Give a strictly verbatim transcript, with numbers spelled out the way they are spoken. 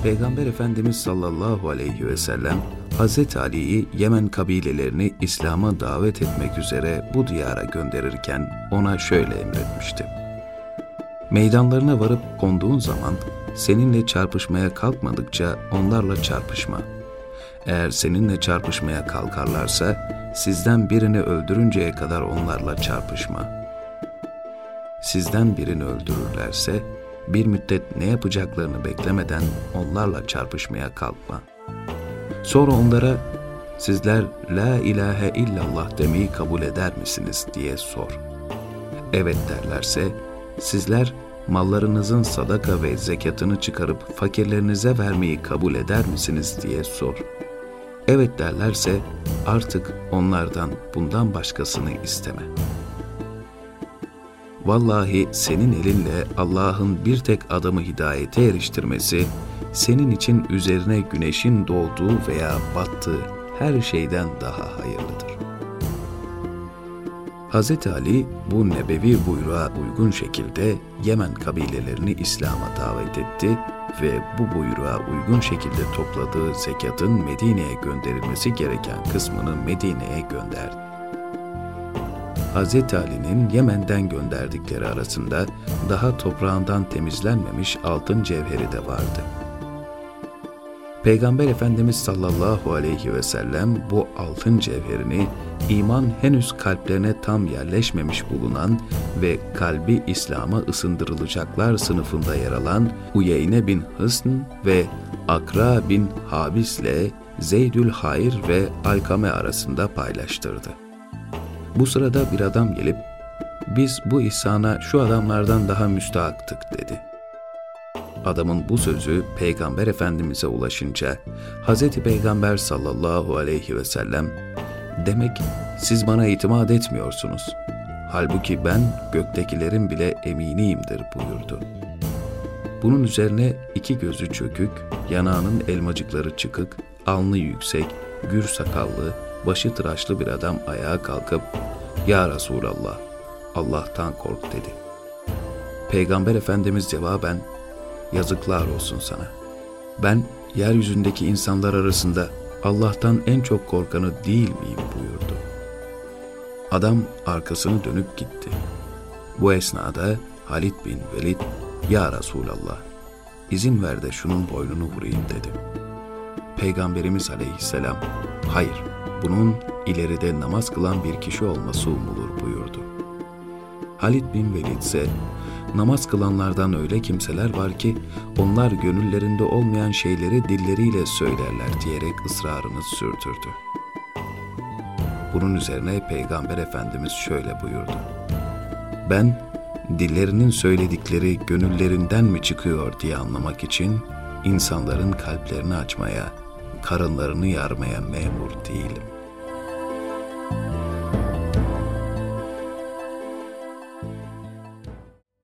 Peygamber Efendimiz sallallahu aleyhi ve sellem Hazreti Ali'yi Yemen kabilelerini İslam'a davet etmek üzere bu diyara gönderirken ona şöyle emretmişti: Meydanlarına varıp konduğun zaman seninle çarpışmaya kalkmadıkça onlarla çarpışma. Eğer seninle çarpışmaya kalkarlarsa sizden birini öldürünceye kadar onlarla çarpışma. Sizden birini öldürürlerse bir müddet ne yapacaklarını beklemeden onlarla çarpışmaya kalkma. Sonra onlara sizler la ilahe illallah demeyi kabul eder misiniz diye sor. Evet derlerse sizler mallarınızın sadaka ve zekatını çıkarıp fakirlerinize vermeyi kabul eder misiniz diye sor. Evet derlerse artık onlardan bundan başkasını isteme. Vallahi senin elinle Allah'ın bir tek adamı hidayete eriştirmesi, senin için üzerine güneşin doğduğu veya battığı her şeyden daha hayırlıdır. Hazreti Ali bu nebevi buyruğa uygun şekilde Yemen kabilelerini İslam'a davet etti ve bu buyruğa uygun şekilde topladığı zekatın Medine'ye gönderilmesi gereken kısmını Medine'ye gönderdi. Hazreti Ali'nin Yemen'den gönderdikleri arasında daha toprağından temizlenmemiş altın cevheri de vardı. Peygamber Efendimiz sallallahu aleyhi ve sellem bu altın cevherini iman henüz kalplerine tam yerleşmemiş bulunan ve kalbi İslam'a ısındırılacaklar sınıfında yer alan Uyeyne bin Hısn ve Akra bin Habis'le Zeydül Hayr ve Alkame arasında paylaştırdı. Bu sırada bir adam gelip, biz bu ihsana şu adamlardan daha müstahaktık dedi. Adamın bu sözü Peygamber Efendimiz'e ulaşınca Hazreti Peygamber sallallahu aleyhi ve sellem, demek siz bana itimat etmiyorsunuz. Halbuki ben göktekilerin bile eminiyimdir buyurdu. Bunun üzerine iki gözü çökük, yanağının elmacıkları çıkık, alnı yüksek, gür sakallı, başı tıraşlı bir adam ayağa kalkıp, Ya Resulallah, Allah'tan kork dedi. Peygamber Efendimiz cevaben, yazıklar olsun sana. Ben yeryüzündeki insanlar arasında Allah'tan en çok korkanı değil miyim buyurdu. Adam arkasını dönüp gitti. Bu esnada Halid bin Velid, Ya Resulallah, izin ver de şunun boynunu vurayım dedi. Peygamberimiz aleyhisselam, hayır, bunun ileride namaz kılan bir kişi olması umulur buyurdu. Halid bin Velid ise, namaz kılanlardan öyle kimseler var ki onlar gönüllerinde olmayan şeyleri dilleriyle söylerler diyerek ısrarını sürdürdü. Bunun üzerine Peygamber Efendimiz şöyle buyurdu: Ben dillerinin söyledikleri gönüllerinden mi çıkıyor diye anlamak için insanların kalplerini açmaya, karınlarını yarmaya memur değilim.